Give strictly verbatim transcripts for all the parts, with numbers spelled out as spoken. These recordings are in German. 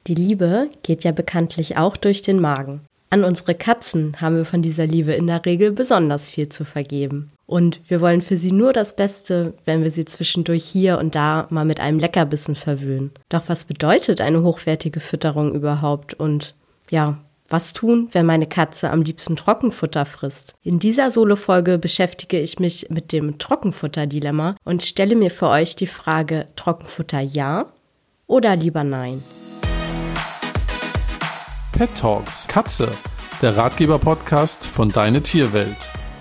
Die Liebe geht ja bekanntlich auch durch den Magen. An unsere Katzen haben wir von dieser Liebe in der Regel besonders viel zu vergeben. Und wir wollen für sie nur das Beste, wenn wir sie zwischendurch hier und da mal mit einem Leckerbissen verwöhnen. Doch was bedeutet eine hochwertige Fütterung überhaupt? Und ja, was tun, wenn meine Katze am liebsten Trockenfutter frisst? In dieser Solo-Folge beschäftige ich mich mit dem Trockenfutter-Dilemma und stelle mir für euch die Frage, Trockenfutter ja oder lieber nein? Pet Talks Katze, der Ratgeber-Podcast von Deine Tierwelt.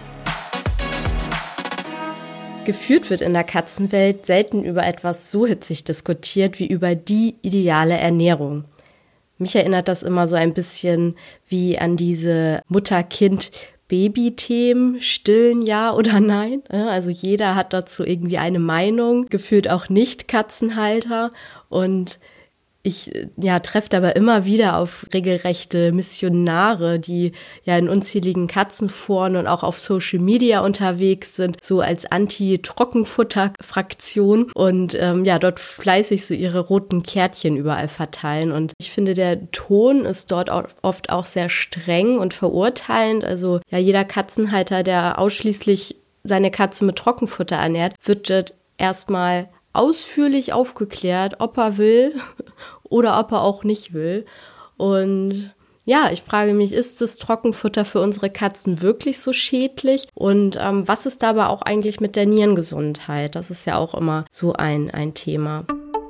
Gefühlt wird in der Katzenwelt selten über etwas so hitzig diskutiert wie über die ideale Ernährung. Mich erinnert das immer so ein bisschen wie an diese Mutter-Kind-Baby-Themen, stillen ja oder nein. Also jeder hat dazu irgendwie eine Meinung, gefühlt auch Nicht-Katzenhalter. Und ich ja, treffe dabei immer wieder auf regelrechte Missionare, die ja in unzähligen Katzenforen und auch auf Social Media unterwegs sind, so als Anti-Trockenfutter-Fraktion und ähm, ja, dort fleißig so ihre roten Kärtchen überall verteilen. Und ich finde, der Ton ist dort auch oft auch sehr streng und verurteilend. Also ja, jeder Katzenhalter, der ausschließlich seine Katze mit Trockenfutter ernährt, wird dort erstmal ausführlich aufgeklärt, ob er will oder ob er auch nicht will. Und ja, ich frage mich, ist das Trockenfutter für unsere Katzen wirklich so schädlich? Und ähm, was ist dabei auch eigentlich mit der Nierengesundheit? Das ist ja auch immer so ein, ein Thema.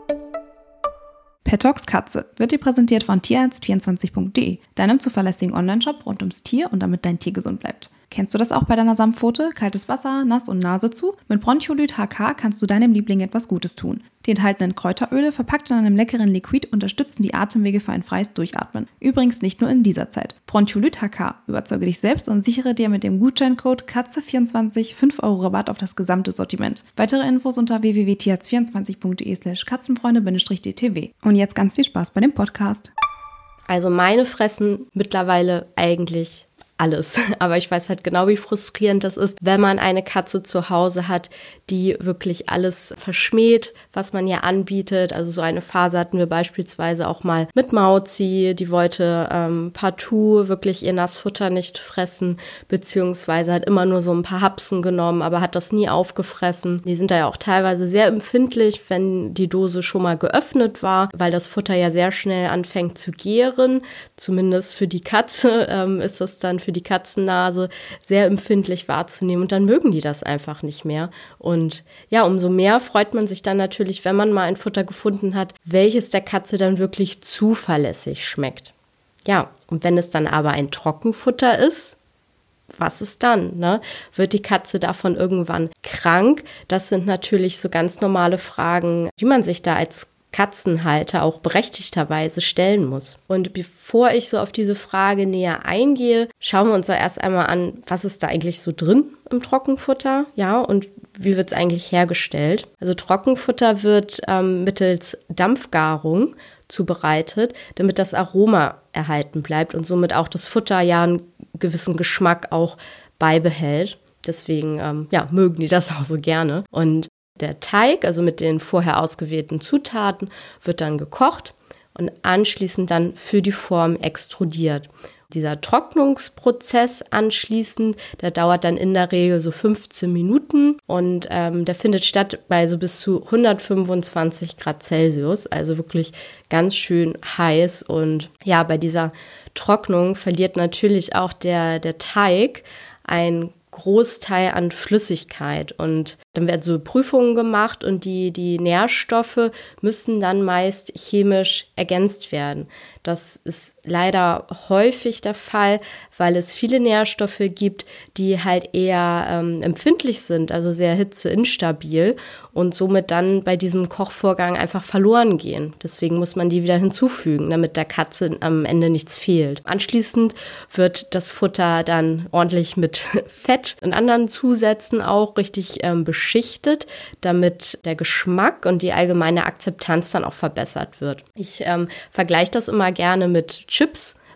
Pet Talks Katze wird dir präsentiert von tierarzt vierundzwanzig punkt de, deinem zuverlässigen Online-Shop rund ums Tier und damit dein Tier gesund bleibt. Kennst du das auch bei deiner Samtpfote? Kaltes Wasser, nass und Nase zu? Mit Bronchiolyt H K kannst du deinem Liebling etwas Gutes tun. Die enthaltenen Kräuteröle, verpackt in einem leckeren Liquid, unterstützen die Atemwege für ein freies Durchatmen. Übrigens nicht nur in dieser Zeit. Bronchiolyt H K. Überzeuge dich selbst und sichere dir mit dem Gutscheincode Katze vierundzwanzig fünf Euro Rabatt auf das gesamte Sortiment. Weitere Infos unter w w w punkt tierarzt vierundzwanzig punkt de slash katzenfreunde d t w. Und jetzt ganz viel Spaß bei dem Podcast. Also meine fressen mittlerweile eigentlich alles. Aber ich weiß halt genau, wie frustrierend das ist, wenn man eine Katze zu Hause hat, die wirklich alles verschmäht, was man ihr anbietet. Also so eine Phase hatten wir beispielsweise auch mal mit Mauzi, die wollte ähm, partout wirklich ihr Nassfutter nicht fressen, beziehungsweise hat immer nur so ein paar Hapsen genommen, aber hat das nie aufgefressen. Die sind da ja auch teilweise sehr empfindlich, wenn die Dose schon mal geöffnet war, weil das Futter ja sehr schnell anfängt zu gären. Zumindest für die Katze ähm, ist das dann für die Katzennase sehr empfindlich wahrzunehmen und dann mögen die das einfach nicht mehr. Und ja, umso mehr freut man sich dann natürlich, wenn man mal ein Futter gefunden hat, welches der Katze dann wirklich zuverlässig schmeckt. Ja, und wenn es dann aber ein Trockenfutter ist, was ist dann, ne? Wird die Katze davon irgendwann krank? Das sind natürlich so ganz normale Fragen, die man sich da als Katzenhalter auch berechtigterweise stellen muss. Und bevor ich so auf diese Frage näher eingehe, schauen wir uns da erst einmal an, was ist da eigentlich so drin im Trockenfutter, ja, und wie wird es eigentlich hergestellt? Also Trockenfutter wird ähm, mittels Dampfgarung zubereitet, damit das Aroma erhalten bleibt und somit auch das Futter ja einen gewissen Geschmack auch beibehält. Deswegen ähm, ja, mögen die das auch so gerne. Und der Teig, also mit den vorher ausgewählten Zutaten, wird dann gekocht und anschließend dann für die Form extrudiert. Dieser Trocknungsprozess anschließend, der dauert dann in der Regel so fünfzehn Minuten und ähm, der findet statt bei so bis zu hundertfünfundzwanzig Grad Celsius, also wirklich ganz schön heiß. Und ja, bei dieser Trocknung verliert natürlich auch der, der Teig ein Großteil an Flüssigkeit und dann werden so Prüfungen gemacht und die, die Nährstoffe müssen dann meist chemisch ergänzt werden. Das ist leider häufig der Fall, weil es viele Nährstoffe gibt, die halt eher ähm, empfindlich sind, also sehr hitzeinstabil und somit dann bei diesem Kochvorgang einfach verloren gehen. Deswegen muss man die wieder hinzufügen, damit der Katze am Ende nichts fehlt. Anschließend wird das Futter dann ordentlich mit Fett und anderen Zusätzen auch richtig ähm, beschichtet, damit der Geschmack und die allgemeine Akzeptanz dann auch verbessert wird. Ich ähm, vergleiche das immer gerne mit Chips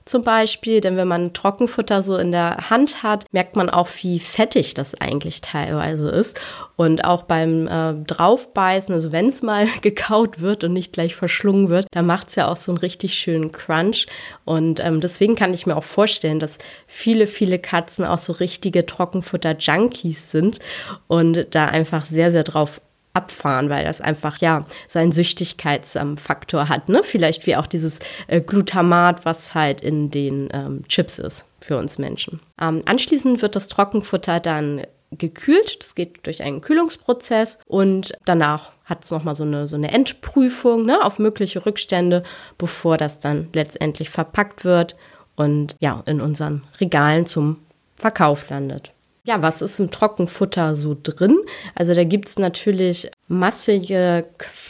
zum Beispiel, denn wenn man Trockenfutter so in der Hand hat, merkt man auch, wie fettig das eigentlich teilweise ist. Und auch beim äh, Draufbeißen, also wenn es mal gekaut wird und nicht gleich verschlungen wird, da macht es ja auch so einen richtig schönen Crunch. Und ähm, deswegen kann ich mir auch vorstellen, dass viele, viele Katzen auch so richtige Trockenfutter-Junkies sind und da einfach sehr, sehr drauf abfahren, weil das einfach, ja, so einen Süchtigkeitsfaktor ähm, hat, ne? Vielleicht wie auch dieses äh, Glutamat, was halt in den ähm, Chips ist für uns Menschen. Ähm, anschließend wird das Trockenfutter dann gekühlt. Das geht durch einen Kühlungsprozess und danach hat es nochmal so eine, so eine Endprüfung, ne, auf mögliche Rückstände, bevor das dann letztendlich verpackt wird und ja, in unseren Regalen zum Verkauf landet. Ja, was ist im Trockenfutter so drin? Also da gibt es natürlich massige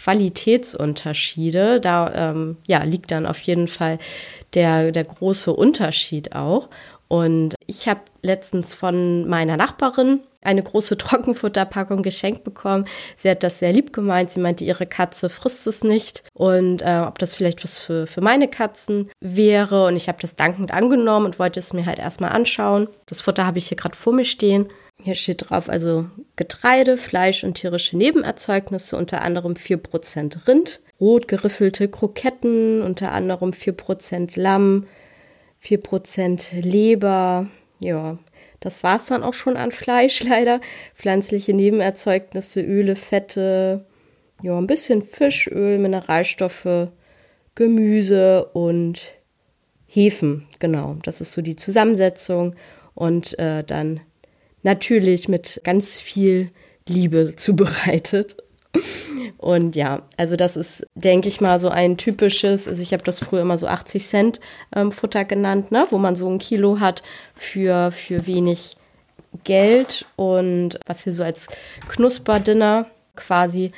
Qualitätsunterschiede. Da ähm, ja, liegt dann auf jeden Fall der, der große Unterschied auch. Und ich habe letztens von meiner Nachbarin eine große Trockenfutterpackung geschenkt bekommen. Sie hat das sehr lieb gemeint. Sie meinte, ihre Katze frisst es nicht und äh, ob das vielleicht was für, für meine Katzen wäre. Und ich habe das dankend angenommen und wollte es mir halt erstmal anschauen. Das Futter habe ich hier gerade vor mir stehen. Hier steht drauf, also Getreide, Fleisch und tierische Nebenerzeugnisse, unter anderem vier Prozent Rind, rot geriffelte Kroketten, unter anderem vier Prozent Lamm, vier Prozent Leber, ja, das war's dann auch schon an Fleisch leider. Pflanzliche Nebenerzeugnisse, Öle, Fette, ja, ein bisschen Fischöl, Mineralstoffe, Gemüse und Hefen, genau. Das ist so die Zusammensetzung und äh, dann natürlich mit ganz viel Liebe zubereitet. Und ja, also das ist, denke ich mal, so ein typisches, also ich habe das früher immer so achtzig Cent ähm, Futter genannt, ne, wo man so ein Kilo hat für, für wenig Geld und was hier so als Knusperdinner quasi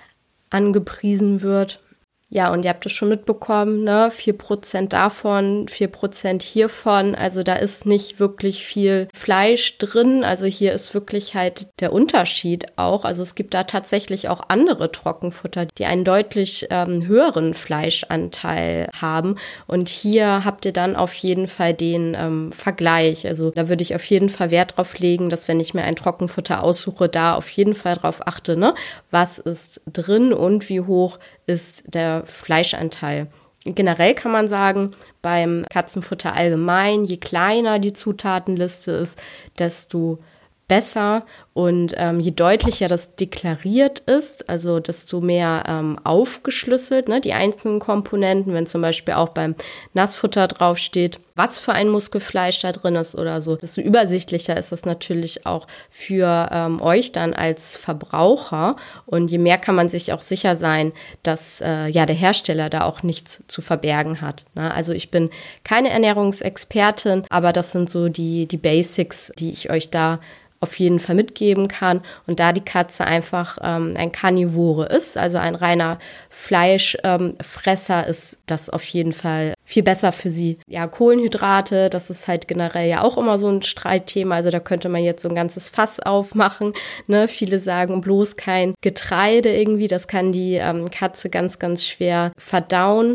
angepriesen wird. Ja, und ihr habt es schon mitbekommen, ne? vier Prozent davon, vier Prozent hiervon. Also da ist nicht wirklich viel Fleisch drin. Also hier ist wirklich halt der Unterschied auch. Also es gibt da tatsächlich auch andere Trockenfutter, die einen deutlich ähm, höheren Fleischanteil haben. Und hier habt ihr dann auf jeden Fall den ähm, Vergleich. Also da würde ich auf jeden Fall Wert drauf legen, dass wenn ich mir ein Trockenfutter aussuche, da auf jeden Fall drauf achte, ne? Was ist drin und wie hoch ist der Fleischanteil. Generell kann man sagen, beim Katzenfutter allgemein, je kleiner die Zutatenliste ist, desto besser und ähm, je deutlicher das deklariert ist, also desto mehr ähm, aufgeschlüsselt, ne, die einzelnen Komponenten, wenn zum Beispiel auch beim Nassfutter draufsteht, was für ein Muskelfleisch da drin ist oder so, desto übersichtlicher ist das natürlich auch für ähm, euch dann als Verbraucher und je mehr kann man sich auch sicher sein, dass äh, ja der Hersteller da auch nichts zu verbergen hat. Ne? Also ich bin keine Ernährungsexpertin, aber das sind so die, die Basics, die ich euch da auf jeden Fall mitgeben kann. Und da die Katze einfach ähm, ein Karnivore ist, also ein reiner Fleischfresser, ähm, ist das auf jeden Fall viel besser für sie. Ja, Kohlenhydrate, das ist halt generell ja auch immer so ein Streitthema. Also da könnte man jetzt so ein ganzes Fass aufmachen. Ne? Viele sagen bloß kein Getreide irgendwie. Das kann die ähm, Katze ganz, ganz schwer verdauen.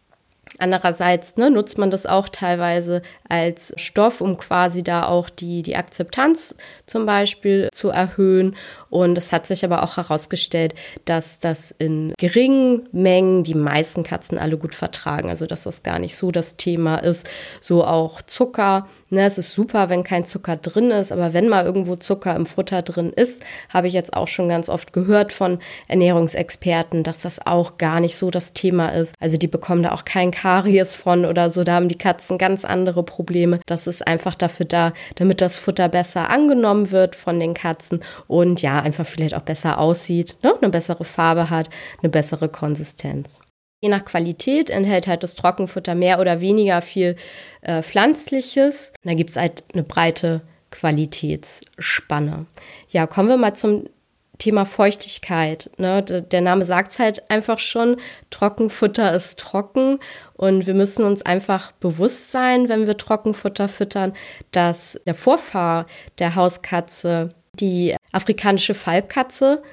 Andererseits ne, nutzt man das auch teilweise als Stoff, um quasi da auch die, die Akzeptanz zum Beispiel zu erhöhen. Und es hat sich aber auch herausgestellt, dass das in geringen Mengen die meisten Katzen alle gut vertragen. Also dass das gar nicht so das Thema ist. So auch Zucker. Ne, es ist super, wenn kein Zucker drin ist, aber wenn mal irgendwo Zucker im Futter drin ist, habe ich jetzt auch schon ganz oft gehört von Ernährungsexperten, dass das auch gar nicht so das Thema ist. Also die bekommen da auch kein Karies von oder so, da haben die Katzen ganz andere Probleme. Das ist einfach dafür da, damit das Futter besser angenommen wird von den Katzen und ja, einfach vielleicht auch besser aussieht, ne? Eine bessere Farbe hat, eine bessere Konsistenz. Je nach Qualität enthält halt das Trockenfutter mehr oder weniger viel äh, Pflanzliches. Da gibt es halt eine breite Qualitätsspanne. Ja, kommen wir mal zum Thema Feuchtigkeit. Ne? Der Name sagt es halt einfach schon, Trockenfutter ist trocken und wir müssen uns einfach bewusst sein, wenn wir Trockenfutter füttern, dass der Vorfahr der Hauskatze, die afrikanische Falbkatze,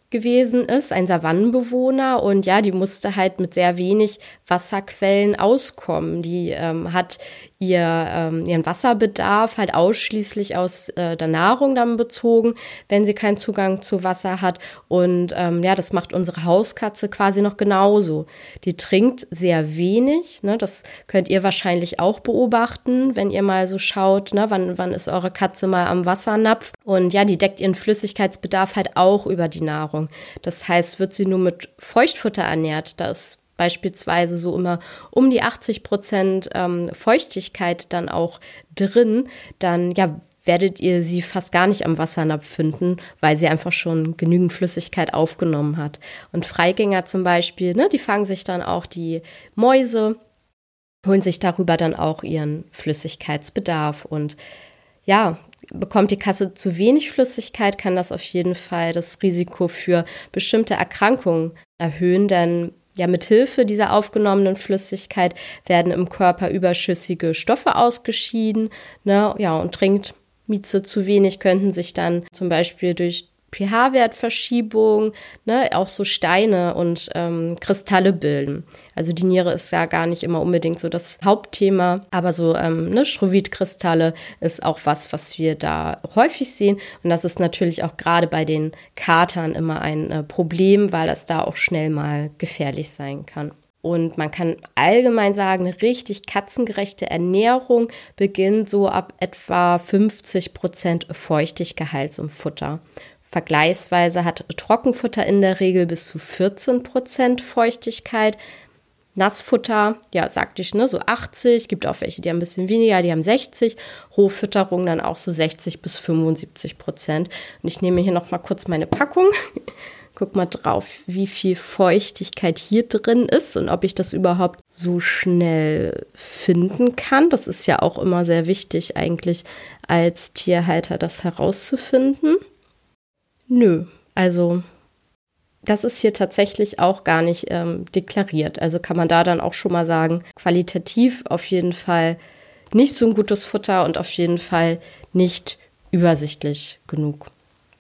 gewesen ist, ein Savannenbewohner, und ja, die musste halt mit sehr wenig Wasserquellen auskommen. Die ähm, hat ihr ähm, ihren Wasserbedarf halt ausschließlich aus äh, der Nahrung dann bezogen, wenn sie keinen Zugang zu Wasser hat. Und ähm, ja, das macht unsere Hauskatze quasi noch genauso. Die trinkt sehr wenig, ne? Das könnt ihr wahrscheinlich auch beobachten, wenn ihr mal so schaut, ne? wann, wann ist eure Katze mal am Wassernapf. Und ja, die deckt ihren Flüssigkeitsbedarf halt auch über die Nahrung. Das heißt, wird sie nur mit Feuchtfutter ernährt, da ist beispielsweise so immer um die achtzig Prozent ähm, Feuchtigkeit dann auch drin, dann ja werdet ihr sie fast gar nicht am Wassernapf finden, weil sie einfach schon genügend Flüssigkeit aufgenommen hat. Und Freigänger zum Beispiel, ne, die fangen sich dann auch die Mäuse, holen sich darüber dann auch ihren Flüssigkeitsbedarf. Und ja, bekommt die Katze zu wenig Flüssigkeit, kann das auf jeden Fall das Risiko für bestimmte Erkrankungen erhöhen, denn ja, mit Hilfe dieser aufgenommenen Flüssigkeit werden im Körper überschüssige Stoffe ausgeschieden, ne, ja, und trinkt Mieze zu wenig, könnten sich dann zum Beispiel durch pH-Wertverschiebung, ne, auch so Steine und ähm, Kristalle bilden. Also die Niere ist ja gar nicht immer unbedingt so das Hauptthema, aber so ähm, ne, Schrovitkristalle ist auch was, was wir da häufig sehen. Und das ist natürlich auch gerade bei den Katern immer ein äh, Problem, weil das da auch schnell mal gefährlich sein kann. Und man kann allgemein sagen, eine richtig katzengerechte Ernährung beginnt so ab etwa fünfzig Prozent Feuchtigkeit im Futter. Vergleichsweise hat Trockenfutter in der Regel bis zu vierzehn Prozent Feuchtigkeit. Nassfutter, ja, sagte ich, ne, so achtzig, gibt auch welche, die haben ein bisschen weniger, die haben sechzig. Rohfütterung dann auch so sechzig bis fünfundsiebzig Prozent. Und ich nehme hier noch mal kurz meine Packung. Guck mal drauf, wie viel Feuchtigkeit hier drin ist und ob ich das überhaupt so schnell finden kann. Das ist ja auch immer sehr wichtig eigentlich als Tierhalter, das herauszufinden. Nö, also das ist hier tatsächlich auch gar nicht ähm, deklariert. Also kann man da dann auch schon mal sagen, qualitativ auf jeden Fall nicht so ein gutes Futter und auf jeden Fall nicht übersichtlich genug.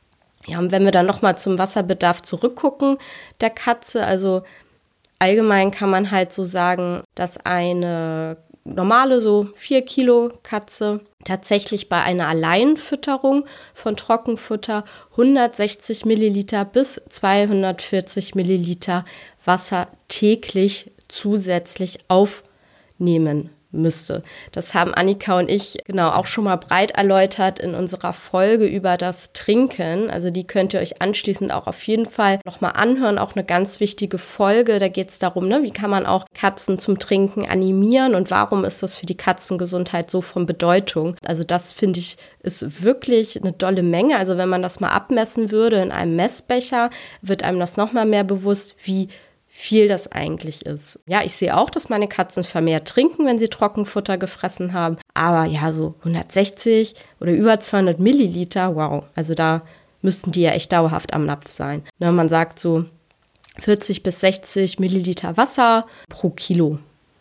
Ja, und wenn wir dann nochmal zum Wasserbedarf zurückgucken der Katze, also allgemein kann man halt so sagen, dass eine normale so vier Kilo Katze tatsächlich bei einer Alleinfütterung von Trockenfutter hundertsechzig Milliliter bis zweihundertvierzig Milliliter Wasser täglich zusätzlich aufnehmen müsste. Das haben Annika und ich genau auch schon mal breit erläutert in unserer Folge über das Trinken. Also die könnt ihr euch anschließend auch auf jeden Fall nochmal anhören. Auch eine ganz wichtige Folge. Da geht es darum, ne, wie kann man auch Katzen zum Trinken animieren und warum ist das für die Katzengesundheit so von Bedeutung. Also das finde ich ist wirklich eine dolle Menge. Also wenn man das mal abmessen würde in einem Messbecher, wird einem das nochmal mehr bewusst, wie viel das eigentlich ist. Ja, ich sehe auch, dass meine Katzen vermehrt trinken, wenn sie Trockenfutter gefressen haben. Aber ja, so hundertsechzig oder über zweihundert Milliliter, wow. Also da müssten die ja echt dauerhaft am Napf sein. Ne, man sagt so vierzig bis sechzig Milliliter Wasser pro Kilo.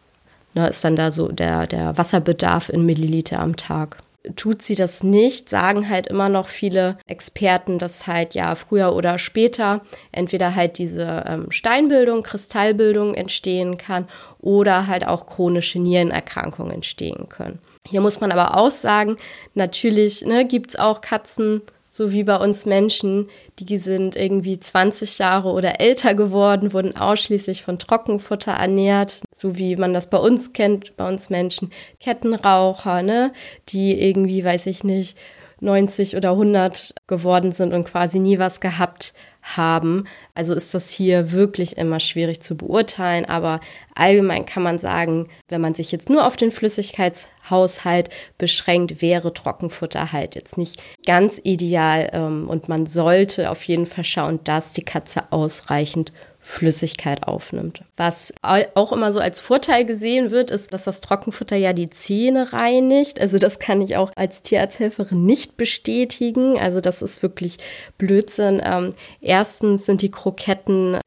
Ne, ist dann da so der, der Wasserbedarf in Milliliter am Tag. Tut sie das nicht, sagen halt immer noch viele Experten, dass halt ja früher oder später entweder halt diese ähm, Steinbildung, Kristallbildung entstehen kann oder halt auch chronische Nierenerkrankungen entstehen können. Hier muss man aber auch sagen, natürlich ne, gibt es auch Katzen, so wie bei uns Menschen, die sind irgendwie zwanzig Jahre oder älter geworden, wurden ausschließlich von Trockenfutter ernährt, so wie man das bei uns kennt, bei uns Menschen, Kettenraucher, ne, die irgendwie, weiß ich nicht, neunzig oder hundert geworden sind und quasi nie was gehabt haben. Also ist das hier wirklich immer schwierig zu beurteilen, aber allgemein kann man sagen, wenn man sich jetzt nur auf den Flüssigkeitshaushalt beschränkt, wäre Trockenfutter halt jetzt nicht ganz ideal ähm, und man sollte auf jeden Fall schauen, dass die Katze ausreichend Flüssigkeit aufnimmt. Was auch immer so als Vorteil gesehen wird, ist, dass das Trockenfutter ja die Zähne reinigt. Also das kann ich auch als Tierarzthelferin nicht bestätigen. Also das ist wirklich Blödsinn. Ähm, erstens sind die Kroketten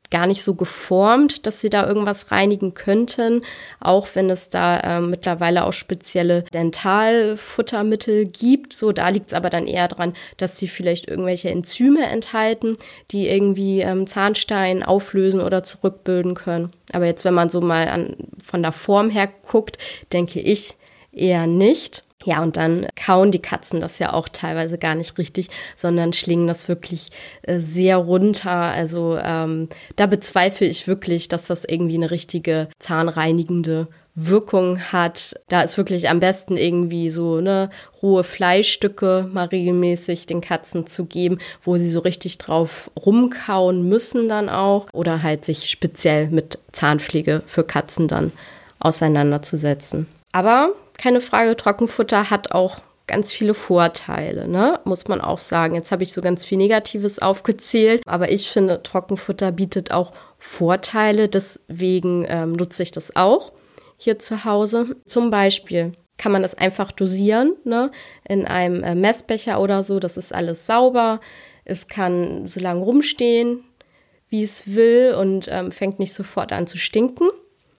gar nicht so geformt, dass sie da irgendwas reinigen könnten, auch wenn es da äh, mittlerweile auch spezielle Dentalfuttermittel gibt. So, da liegt es aber dann eher dran, dass sie vielleicht irgendwelche Enzyme enthalten, die irgendwie ähm, Zahnstein auflösen oder zurückbilden können. Aber jetzt, wenn man so mal an, von der Form her guckt, denke ich eher nicht. Ja, und dann kauen die Katzen das ja auch teilweise gar nicht richtig, sondern schlingen das wirklich äh, sehr runter. Also ähm, da bezweifle ich wirklich, dass das irgendwie eine richtige zahnreinigende Wirkung hat. Da ist wirklich am besten irgendwie so ne rohe Fleischstücke mal regelmäßig den Katzen zu geben, wo sie so richtig drauf rumkauen müssen dann auch. Oder halt sich speziell mit Zahnpflege für Katzen dann auseinanderzusetzen. Aber keine Frage, Trockenfutter hat auch ganz viele Vorteile, ne? Muss man auch sagen. Jetzt habe ich so ganz viel Negatives aufgezählt, aber ich finde, Trockenfutter bietet auch Vorteile, deswegen ähm, nutze ich das auch hier zu Hause. Zum Beispiel kann man das einfach dosieren, ne? In einem äh, Messbecher oder so, das ist alles sauber. Es kann so lange rumstehen, wie es will und ähm, fängt nicht sofort an zu stinken.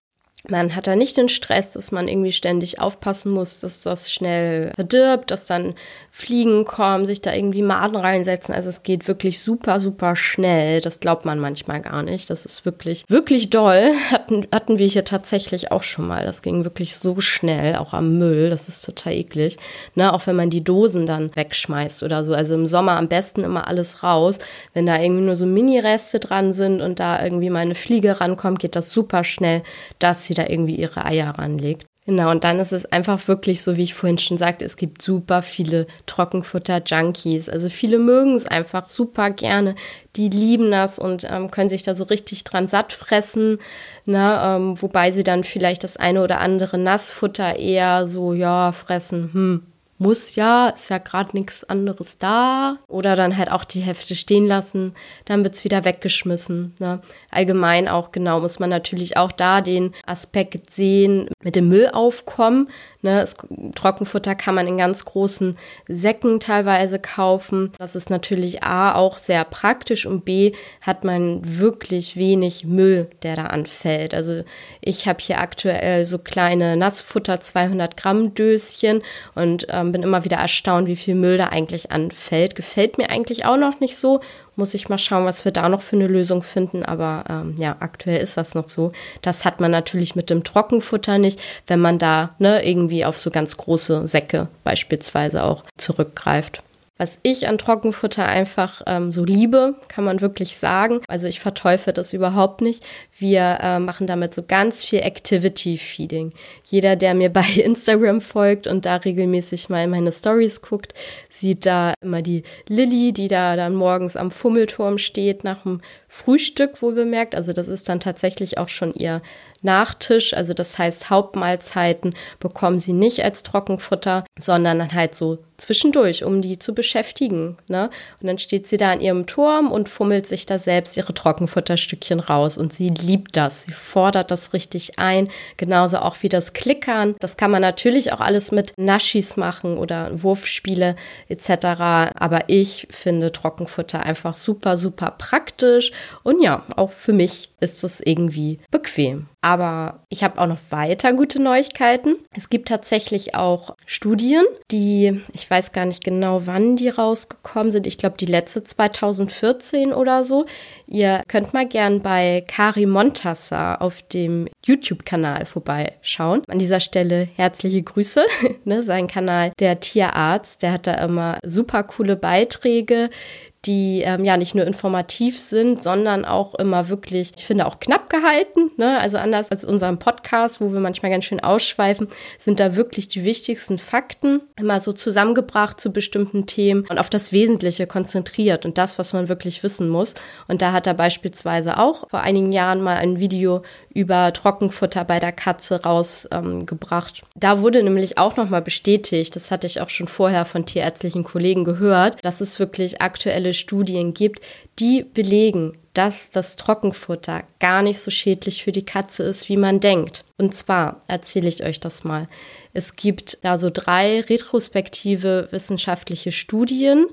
Man hat da nicht den Stress, dass man irgendwie ständig aufpassen muss, dass das schnell verdirbt, dass dann Fliegen kommen, sich da irgendwie Maden reinsetzen. Also es geht wirklich super, super schnell. Das glaubt man manchmal gar nicht. Das ist wirklich, wirklich doll. Hatten, hatten wir hier tatsächlich auch schon mal. Das ging wirklich so schnell, auch am Müll. Das ist total eklig. Ne, auch wenn man die Dosen dann wegschmeißt oder so. Also im Sommer am besten immer alles raus. Wenn da irgendwie nur so Mini-Reste dran sind und da irgendwie mal eine Fliege rankommt, geht das super schnell, dass sie da irgendwie ihre Eier ranlegt. Genau, und dann ist es einfach wirklich so, wie ich vorhin schon sagte, es gibt super viele Trockenfutter-Junkies. Also viele mögen es einfach super gerne, die lieben das und ähm, können sich da so richtig dran satt fressen, ne? ähm, wobei sie dann vielleicht das eine oder andere Nassfutter eher so, ja, fressen, hm, muss ja, ist ja gerade nichts anderes da. Oder dann halt auch die Hefte stehen lassen, dann wird's wieder weggeschmissen. Ne? Allgemein auch, genau, muss man natürlich auch da den Aspekt sehen mit dem Müllaufkommen. Ne? Das Trockenfutter kann man in ganz großen Säcken teilweise kaufen. Das ist natürlich A, auch sehr praktisch und B, hat man wirklich wenig Müll, der da anfällt. Also ich habe hier aktuell so kleine Nassfutter zweihundert Gramm Döschen und ähm, bin immer wieder erstaunt, wie viel Müll da eigentlich anfällt. Gefällt mir eigentlich auch noch nicht so. Muss ich mal schauen, was wir da noch für eine Lösung finden. Aber ähm, ja, aktuell ist das noch so. Das hat man natürlich mit dem Trockenfutter nicht, wenn man da ne, irgendwie auf so ganz große Säcke beispielsweise auch zurückgreift. Was ich an Trockenfutter einfach ähm, so liebe, kann man wirklich sagen. Also ich verteufel das überhaupt nicht. Wir äh, machen damit so ganz viel Activity-Feeding. Jeder, der mir bei Instagram folgt und da regelmäßig mal in meine Stories guckt, sieht da immer die Lilly, die da dann morgens am Fummelturm steht nach dem Frühstück, wohl bemerkt. Also das ist dann tatsächlich auch schon ihr Nachtisch. Also das heißt, Hauptmahlzeiten bekommen sie nicht als Trockenfutter, sondern dann halt so zwischendurch, um die zu beschäftigen. Ne? Und dann steht sie da an ihrem Turm und fummelt sich da selbst ihre Trockenfutterstückchen raus. Und sie liebt das. Sie fordert das richtig ein. Genauso auch wie das Klickern. Das kann man natürlich auch alles mit Naschis machen oder Wurfspiele et cetera. Aber ich finde Trockenfutter einfach super, super praktisch. Und ja, auch für mich ist es irgendwie bequem. Aber ich habe auch noch weiter gute Neuigkeiten. Es gibt tatsächlich auch Studien, die, ich weiß gar nicht genau, wann die rausgekommen sind. Ich glaube, die letzte zweitausendvierzehn oder so. Ihr könnt mal gern bei Kari Montassar auf dem YouTube-Kanal vorbeischauen. An dieser Stelle herzliche Grüße. ne, sein Kanal, der Tierarzt, der hat da immer super coole Beiträge, die ähm, ja nicht nur informativ sind, sondern auch immer wirklich, ich finde, auch knapp gehalten. Ne? Also anders als unserem Podcast, wo wir manchmal ganz schön ausschweifen, sind da wirklich die wichtigsten Fakten immer so zusammengebracht zu bestimmten Themen und auf das Wesentliche konzentriert und das, was man wirklich wissen muss. Und da hat er beispielsweise auch vor einigen Jahren mal ein Video über Trockenfutter bei der Katze rausgebracht. Ähm, da wurde nämlich auch nochmal bestätigt, das hatte ich auch schon vorher von tierärztlichen Kollegen gehört, dass es wirklich aktuelle Studien gibt, die belegen, dass das Trockenfutter gar nicht so schädlich für die Katze ist, wie man denkt. Und zwar erzähle ich euch das mal. Es gibt da so drei retrospektive wissenschaftliche Studien,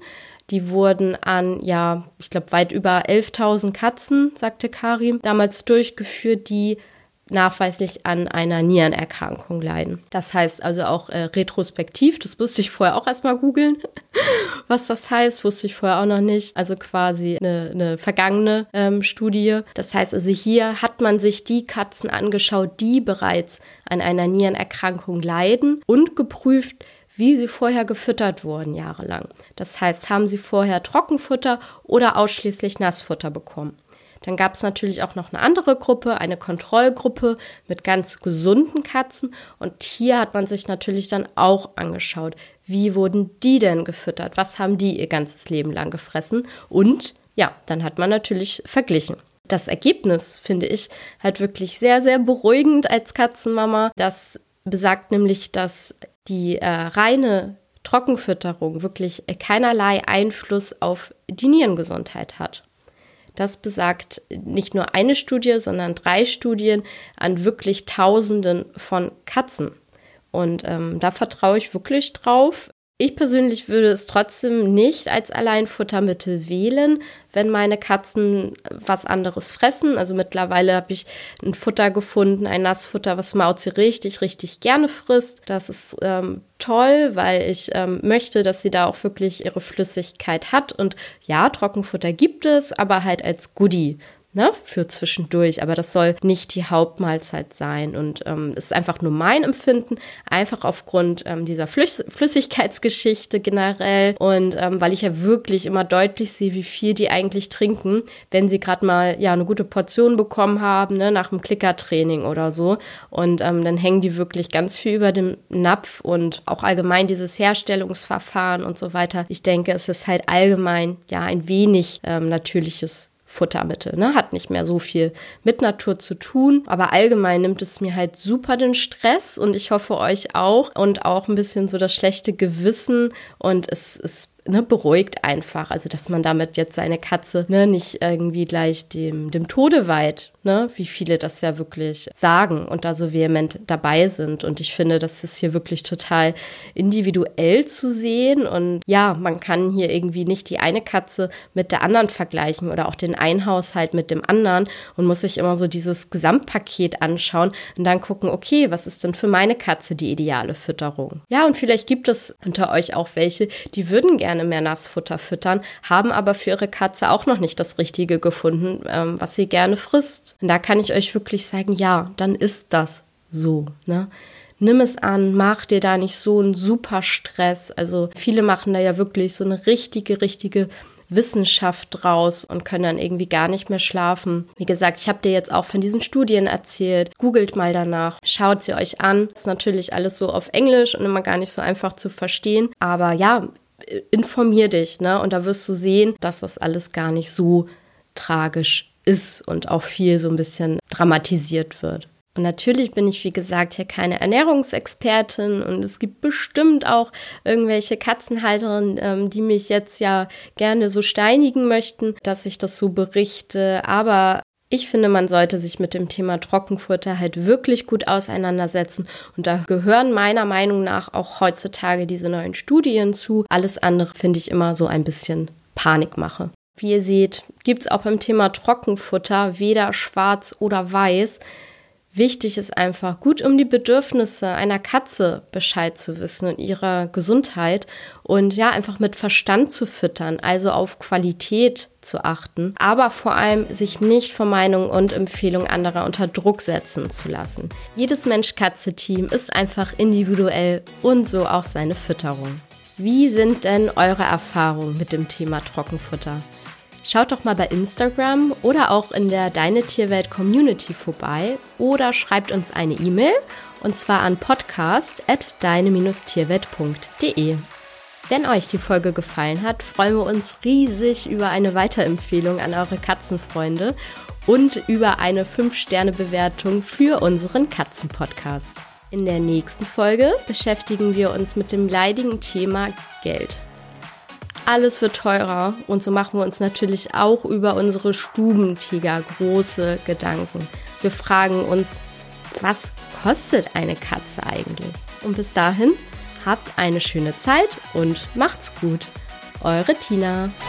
Die wurden an, ja, ich glaube, weit über elftausend Katzen, sagte Karim, damals durchgeführt, die nachweislich an einer Nierenerkrankung leiden. Das heißt also auch äh, retrospektiv, das musste ich vorher auch erstmal googeln, was das heißt, wusste ich vorher auch noch nicht. Also quasi eine, eine vergangene ähm, Studie. Das heißt also, hier hat man sich die Katzen angeschaut, die bereits an einer Nierenerkrankung leiden und geprüft, wie sie vorher gefüttert wurden jahrelang. Das heißt, haben sie vorher Trockenfutter oder ausschließlich Nassfutter bekommen. Dann gab es natürlich auch noch eine andere Gruppe, eine Kontrollgruppe mit ganz gesunden Katzen. Und hier hat man sich natürlich dann auch angeschaut, wie wurden die denn gefüttert? Was haben die ihr ganzes Leben lang gefressen? Und ja, dann hat man natürlich verglichen. Das Ergebnis finde ich halt wirklich sehr, sehr beruhigend als Katzenmama. Das besagt nämlich, dass die äh, reine Trockenfütterung wirklich keinerlei Einfluss auf die Nierengesundheit hat. Das besagt nicht nur eine Studie, sondern drei Studien an wirklich Tausenden von Katzen. Und ähm, da vertraue ich wirklich drauf. Ich persönlich würde es trotzdem nicht als Alleinfuttermittel wählen, wenn meine Katzen was anderes fressen. Also mittlerweile habe ich ein Futter gefunden, ein Nassfutter, was Mauzi richtig, richtig gerne frisst. Das ist ähm, toll, weil ich ähm, möchte, dass sie da auch wirklich ihre Flüssigkeit hat. Und ja, Trockenfutter gibt es, aber halt als Goodie. Ne, für zwischendurch, aber das soll nicht die Hauptmahlzeit sein und ähm, ist einfach nur mein Empfinden, einfach aufgrund ähm, dieser Flüss- Flüssigkeitsgeschichte generell und ähm, weil ich ja wirklich immer deutlich sehe, wie viel die eigentlich trinken, wenn sie gerade mal ja eine gute Portion bekommen haben, ne, nach dem Klickertraining oder so und ähm, dann hängen die wirklich ganz viel über dem Napf und auch allgemein dieses Herstellungsverfahren und so weiter. Ich denke, es ist halt allgemein ja ein wenig ähm, natürliches Futtermittel, ne? Hat nicht mehr so viel mit Natur zu tun, aber allgemein nimmt es mir halt super den Stress und ich hoffe euch auch und auch ein bisschen so das schlechte Gewissen und es ist Ne, beruhigt einfach, also dass man damit jetzt seine Katze ne, nicht irgendwie gleich dem, dem Tode weiht, ne, wie viele das ja wirklich sagen und da so vehement dabei sind und ich finde, das ist hier wirklich total individuell zu sehen und ja, man kann hier irgendwie nicht die eine Katze mit der anderen vergleichen oder auch den einen Haushalt mit dem anderen und muss sich immer so dieses Gesamtpaket anschauen und dann gucken, okay, was ist denn für meine Katze die ideale Fütterung? Ja, und vielleicht gibt es unter euch auch welche, die würden gerne mehr Nassfutter füttern, haben aber für ihre Katze auch noch nicht das Richtige gefunden, ähm, was sie gerne frisst. Und da kann ich euch wirklich sagen, ja, dann ist das so, ne? Nimm es an, mach dir da nicht so einen super Stress. Also viele machen da ja wirklich so eine richtige, richtige Wissenschaft draus und können dann irgendwie gar nicht mehr schlafen. Wie gesagt, ich habe dir jetzt auch von diesen Studien erzählt. Googelt mal danach, schaut sie euch an. Ist natürlich alles so auf Englisch und immer gar nicht so einfach zu verstehen. Aber ja, informier dich, ne? Und da wirst du sehen, dass das alles gar nicht so tragisch ist und auch viel so ein bisschen dramatisiert wird. Und natürlich bin ich, wie gesagt, hier keine Ernährungsexpertin und es gibt bestimmt auch irgendwelche Katzenhalterinnen, ähm, die mich jetzt ja gerne so steinigen möchten, dass ich das so berichte. Aber ich finde, man sollte sich mit dem Thema Trockenfutter halt wirklich gut auseinandersetzen. Und da gehören meiner Meinung nach auch heutzutage diese neuen Studien zu. Alles andere finde ich immer so ein bisschen Panikmache. Wie ihr seht, gibt es auch beim Thema Trockenfutter weder schwarz oder weiß. Wichtig ist einfach, gut um die Bedürfnisse einer Katze Bescheid zu wissen und ihrer Gesundheit und ja, einfach mit Verstand zu füttern, also auf Qualität zu achten, aber vor allem sich nicht von Meinungen und Empfehlungen anderer unter Druck setzen zu lassen. Jedes Mensch-Katze-Team ist einfach individuell und so auch seine Fütterung. Wie sind denn eure Erfahrungen mit dem Thema Trockenfutter? Schaut doch mal bei Instagram oder auch in der Deine Tierwelt Community vorbei oder schreibt uns eine E-Mail und zwar an podcast at deine tierwelt punkt de. Wenn euch die Folge gefallen hat, freuen wir uns riesig über eine Weiterempfehlung an eure Katzenfreunde und über eine fünf Sterne Bewertung für unseren Katzenpodcast. In der nächsten Folge beschäftigen wir uns mit dem leidigen Thema Geld. Alles wird teurer und so machen wir uns natürlich auch über unsere Stubentiger große Gedanken. Wir fragen uns, was kostet eine Katze eigentlich? Und bis dahin, habt eine schöne Zeit und macht's gut. Eure Tina.